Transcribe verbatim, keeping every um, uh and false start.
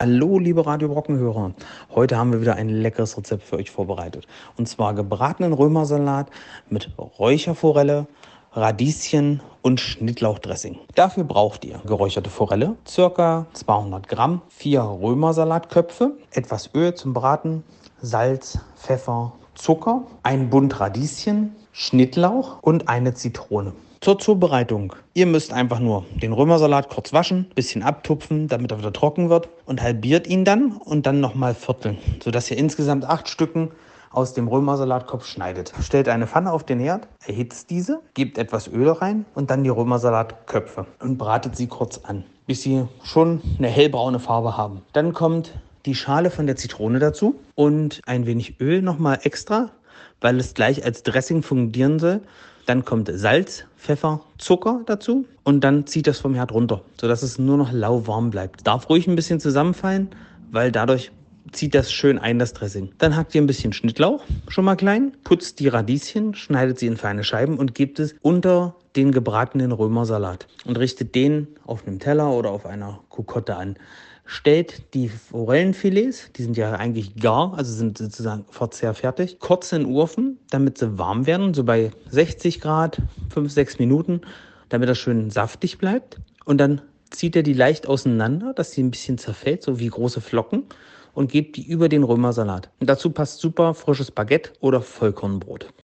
Hallo, liebe Radio Brocken-Hörer. Heute haben wir wieder ein leckeres Rezept für euch vorbereitet. Und zwar gebratenen Römersalat mit Räucherforelle, Radieschen und Schnittlauchdressing. Dafür braucht ihr geräucherte Forelle, ca. zweihundert Gramm, vier Römersalatköpfe, etwas Öl zum Braten, Salz, Pfeffer, Zucker, ein Bund Radieschen, Schnittlauch und eine Zitrone. Zur Zubereitung. Ihr müsst einfach nur den Römersalat kurz waschen, bisschen abtupfen, damit er wieder trocken wird und halbiert ihn dann und dann nochmal vierteln, sodass ihr insgesamt acht Stücken aus dem Römersalatkopf schneidet. Stellt eine Pfanne auf den Herd, erhitzt diese, gebt etwas Öl rein und dann die Römersalatköpfe und bratet sie kurz an, bis sie schon eine hellbraune Farbe haben. Dann kommt die Schale von der Zitrone dazu und ein wenig Öl nochmal extra, weil es gleich als Dressing fungieren soll. Dann kommt Salz, Pfeffer, Zucker dazu und dann zieht das vom Herd runter, sodass es nur noch lauwarm bleibt. Darf ruhig ein bisschen zusammenfallen, weil dadurch zieht das schön ein, das Dressing. Dann hackt ihr ein bisschen Schnittlauch, schon mal klein, putzt die Radieschen, schneidet sie in feine Scheiben und gebt es unter den gebratenen Römersalat und richtet den auf einem Teller oder auf einer Kokotte an. Stellt die Forellenfilets, die sind ja eigentlich gar, also sind sozusagen verzehrfertig, kurz in den Ofen, damit sie warm werden, so bei sechzig Grad, fünf, sechs Minuten, damit das schön saftig bleibt. Und dann zieht ihr die leicht auseinander, dass sie ein bisschen zerfällt, so wie große Flocken, und gebt die über den Römersalat. Und dazu passt super frisches Baguette oder Vollkornbrot.